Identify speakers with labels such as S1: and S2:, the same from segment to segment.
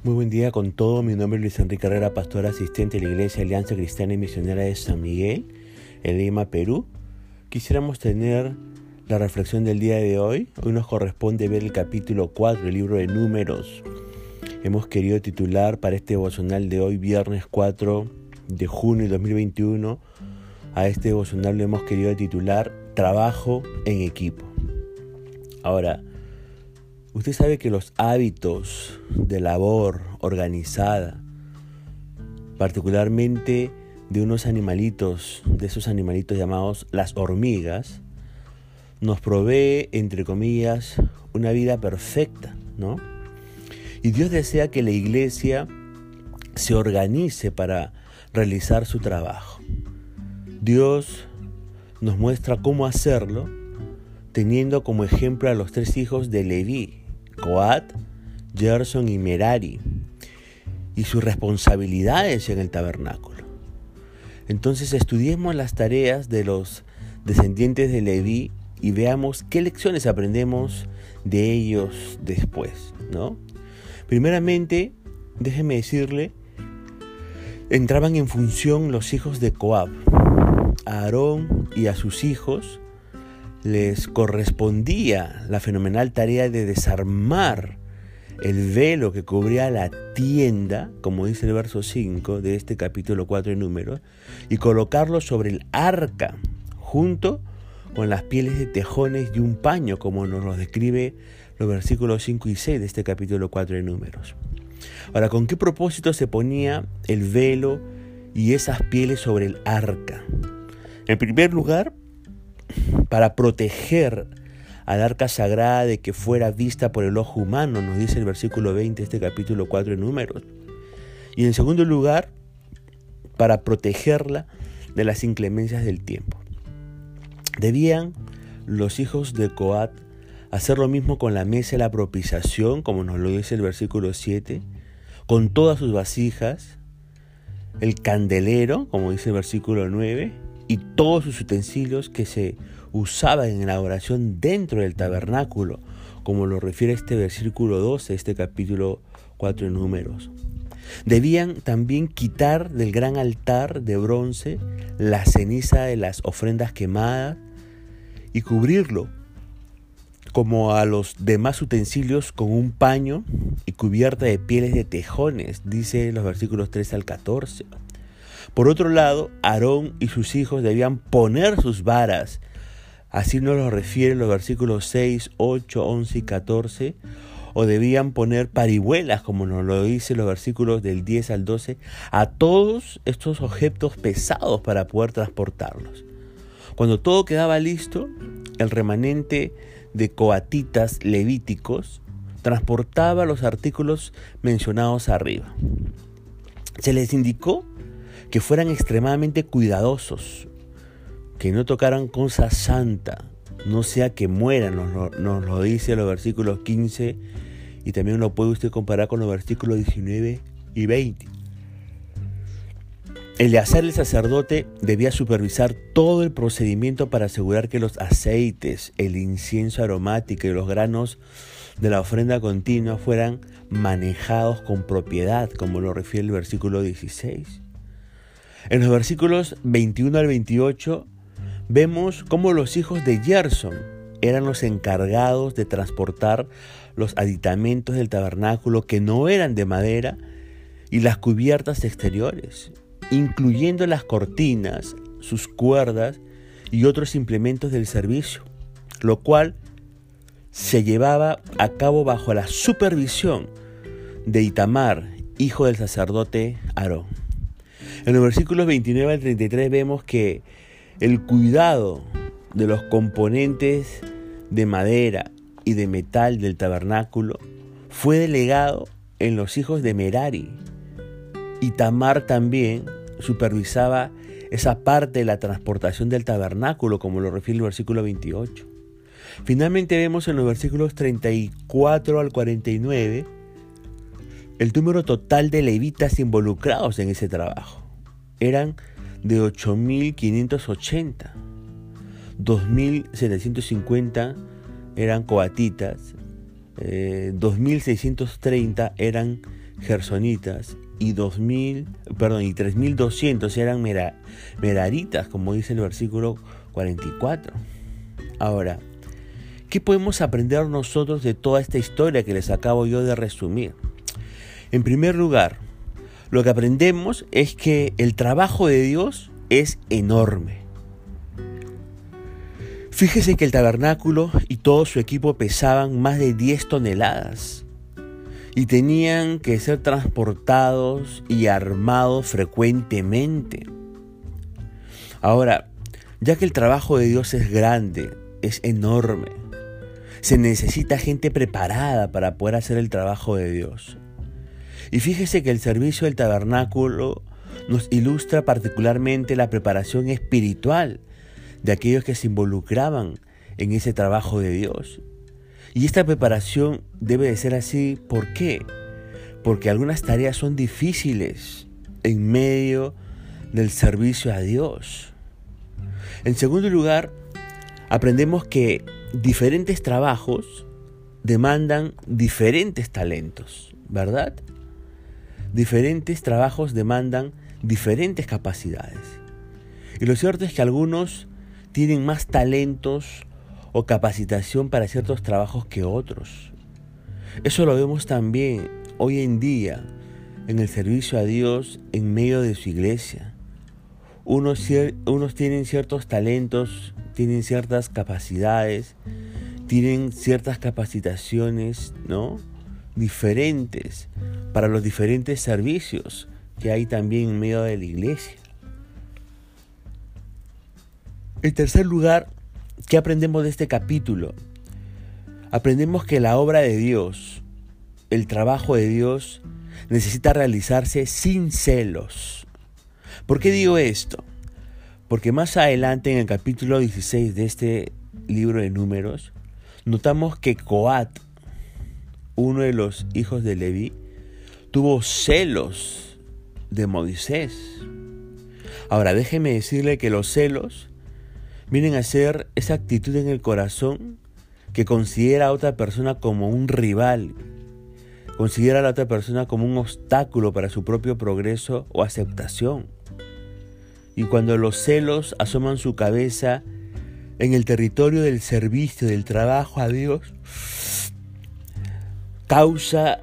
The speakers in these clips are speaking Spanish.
S1: Muy buen día con todo. Mi nombre es Luis Enrique Herrera, pastor asistente de la Iglesia Alianza Cristiana y Misionera de San Miguel, en Lima, Perú. Quisiéramos tener la reflexión del día de hoy. Hoy nos corresponde ver el capítulo 4 del libro de Números. Hemos querido titular para este devocional de hoy, viernes 4 de junio de 2021, a este devocional le hemos querido titular Trabajo en equipo. Ahora, usted sabe que los hábitos de labor organizada, particularmente de unos animalitos, de esos animalitos llamados las hormigas, nos provee, entre comillas, una vida perfecta, ¿no? Y Dios desea que la iglesia se organice para realizar su trabajo. Dios nos muestra cómo hacerlo, teniendo como ejemplo a los 3 hijos de Leví, Coat, Gerson y Merari, y sus responsabilidades en el tabernáculo. Entonces estudiemos las tareas de los descendientes de Leví y veamos qué lecciones aprendemos de ellos después, ¿no? Primeramente, déjeme decirle, entraban en función los hijos de Coat. A Aarón y a sus hijos les correspondía la fenomenal tarea de desarmar el velo que cubría la tienda, como dice el verso 5 de este capítulo 4 de Números, y colocarlo sobre el arca, junto con las pieles de tejones y un paño, como nos lo describe los versículos 5 y 6 de este capítulo 4 de Números. Ahora, ¿con qué propósito se ponía el velo y esas pieles sobre el arca? En primer lugar, para proteger al arca sagrada de que fuera vista por el ojo humano, nos dice el versículo 20 de este capítulo 4 de Números. Y en segundo lugar, para protegerla de las inclemencias del tiempo. Debían los hijos de Coat hacer lo mismo con la mesa de la propiciación, como nos lo dice el versículo 7, con todas sus vasijas, el candelero, como dice el versículo 9, y todos sus utensilios que se usaban en la oración dentro del tabernáculo, como lo refiere este versículo 12 de este capítulo 4 de Números. Debían también quitar del gran altar de bronce la ceniza de las ofrendas quemadas y cubrirlo, como a los demás utensilios, con un paño y cubierta de pieles de tejones, dice los versículos 13 al 14. Por otro lado, Aarón y sus hijos debían poner sus varas, así nos lo refieren los versículos 6, 8, 11 y 14, o debían poner parihuelas, como nos lo dicen los versículos del 10 al 12, a todos estos objetos pesados para poder transportarlos. Cuando todo quedaba listo, el remanente de coatitas levíticos transportaba los artículos mencionados arriba. Se les indicó que fueran extremadamente cuidadosos, que no tocaran cosa santa, no sea que mueran, nos lo dice los versículos 15 y también lo puede usted comparar con los versículos 19 y 20. Eleazar el sacerdote debía supervisar todo el procedimiento para asegurar que los aceites, el incienso aromático y los granos de la ofrenda continua fueran manejados con propiedad, como lo refiere el versículo 16. En los versículos 21 al 28 vemos cómo los hijos de Gerson eran los encargados de transportar los aditamentos del tabernáculo que no eran de madera y las cubiertas exteriores, incluyendo las cortinas, sus cuerdas y otros implementos del servicio, lo cual se llevaba a cabo bajo la supervisión de Itamar, hijo del sacerdote Aarón. En los versículos 29 al 33 vemos que el cuidado de los componentes de madera y de metal del tabernáculo fue delegado en los hijos de Merari. Itamar también supervisaba esa parte de la transportación del tabernáculo, como lo refiere el versículo 28. Finalmente vemos en los versículos 34 al 49 el número total de levitas involucrados en ese trabajo. Eran de 8.580. 2.750 eran coatitas, 2.630 eran gersonitas y 3.200 eran meraritas, como dice el versículo 44. Ahora, ¿qué podemos aprender nosotros de toda esta historia que les acabo yo de resumir? En primer lugar, lo que aprendemos es que el trabajo de Dios es enorme. Fíjese que el tabernáculo y todo su equipo pesaban más de 10 toneladas y tenían que ser transportados y armados frecuentemente. Ahora, ya que el trabajo de Dios es grande, es enorme, se necesita gente preparada para poder hacer el trabajo de Dios. Y fíjese que el servicio del tabernáculo nos ilustra particularmente la preparación espiritual de aquellos que se involucraban en ese trabajo de Dios. Y esta preparación debe de ser así. ¿Por qué? Porque algunas tareas son difíciles en medio del servicio a Dios. En segundo lugar, aprendemos que diferentes trabajos demandan diferentes talentos, ¿verdad? Diferentes trabajos demandan diferentes capacidades. Y lo cierto es que algunos tienen más talentos o capacitación para ciertos trabajos que otros. Eso lo vemos también hoy en día en el servicio a Dios en medio de su iglesia. Unos tienen ciertos talentos, tienen ciertas capacidades, tienen ciertas capacitaciones, ¿no?, diferentes para los diferentes servicios que hay también en medio de la iglesia. En tercer lugar, ¿qué aprendemos de este capítulo? Aprendemos que la obra de Dios, el trabajo de Dios, necesita realizarse sin celos. ¿Por qué digo esto? Porque más adelante en el capítulo 16 de este libro de Números, notamos que Coat, uno de los hijos de Leví, tuvo celos de Moisés. Ahora, déjeme decirle que los celos vienen a ser esa actitud en el corazón que considera a otra persona como un rival, considera a la otra persona como un obstáculo para su propio progreso o aceptación. Y cuando los celos asoman su cabeza en el territorio del servicio, del trabajo a Dios, causa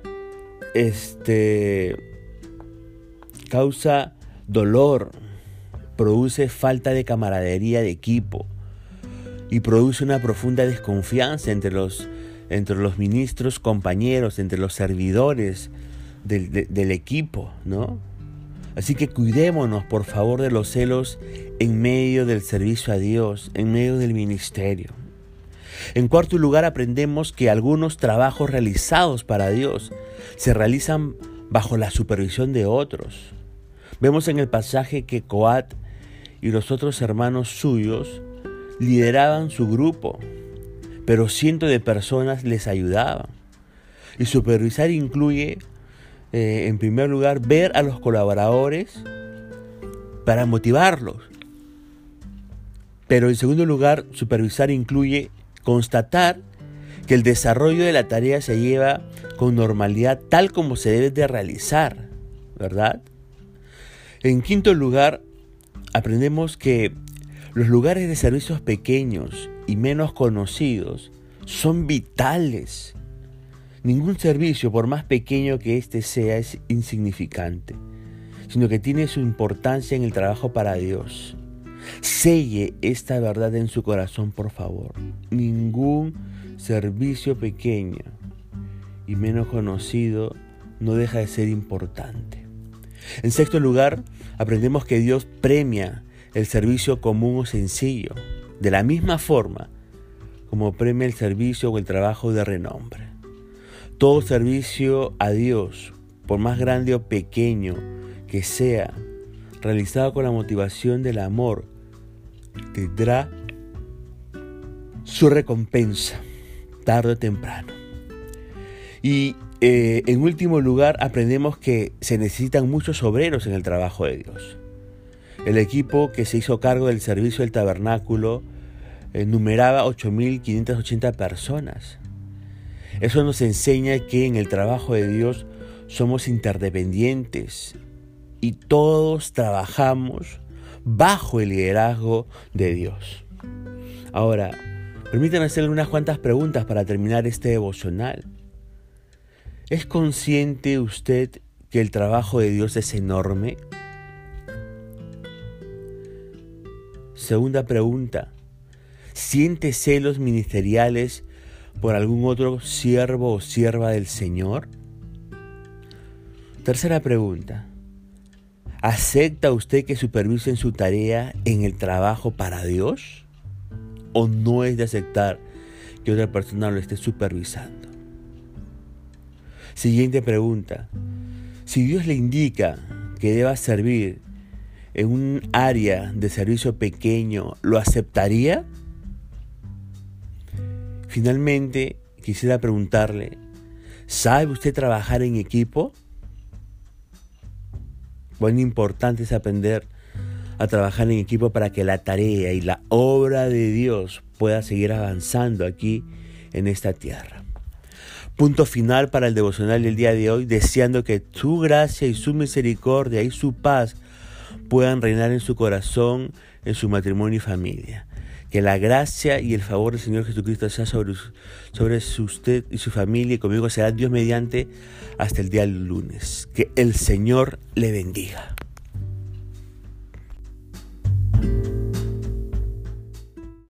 S1: dolor, produce falta de camaradería de equipo y produce una profunda desconfianza entre los ministros, compañeros, entre los servidores del equipo, ¿no? Así que cuidémonos, por favor, de los celos en medio del servicio a Dios, en medio del ministerio. En cuarto lugar, aprendemos que algunos trabajos realizados para Dios se realizan bajo la supervisión de otros. Vemos en el pasaje que Coat y los otros hermanos suyos lideraban su grupo, pero cientos de personas les ayudaban. Y supervisar incluye, en primer lugar, ver a los colaboradores para motivarlos. Pero en segundo lugar, supervisar incluye constatar que el desarrollo de la tarea se lleva con normalidad tal como se debe de realizar, ¿verdad? En quinto lugar, aprendemos que los lugares de servicios pequeños y menos conocidos son vitales. Ningún servicio, por más pequeño que éste sea, es insignificante, sino que tiene su importancia en el trabajo para Dios. Selle esta verdad en su corazón, por favor. Ningún servicio pequeño y menos conocido no deja de ser importante. En sexto lugar, aprendemos que Dios premia el servicio común o sencillo, de la misma forma como premia el servicio o el trabajo de renombre. Todo servicio a Dios, por más grande o pequeño que sea, realizado con la motivación del amor, tendrá su recompensa tarde o temprano. Y en último lugar, aprendemos que se necesitan muchos obreros en el trabajo de Dios. El equipo que se hizo cargo del servicio del tabernáculo numeraba 8.580 personas. Eso nos enseña que en el trabajo de Dios somos interdependientes y todos trabajamos bajo el liderazgo de Dios. Ahora, permítanme hacerle unas cuantas preguntas para terminar este devocional. ¿Es consciente usted que el trabajo de Dios es enorme? Segunda pregunta, ¿siente celos ministeriales por algún otro siervo o sierva del Señor? Tercera pregunta, ¿acepta usted que supervisen su tarea en el trabajo para Dios? ¿O no es de aceptar que otra persona lo esté supervisando? Siguiente pregunta, si Dios le indica que deba servir en un área de servicio pequeño, ¿lo aceptaría? Finalmente, quisiera preguntarle, ¿sabe usted trabajar en equipo? Cuán importante es aprender a trabajar en equipo para que la tarea y la obra de Dios pueda seguir avanzando aquí en esta tierra. Punto final para el devocional del día de hoy, deseando que su gracia y su misericordia y su paz puedan reinar en su corazón, en su matrimonio y familia. Que la gracia y el favor del Señor Jesucristo sea sobre usted y su familia, y conmigo será Dios mediante hasta el día del lunes. Que el Señor le bendiga.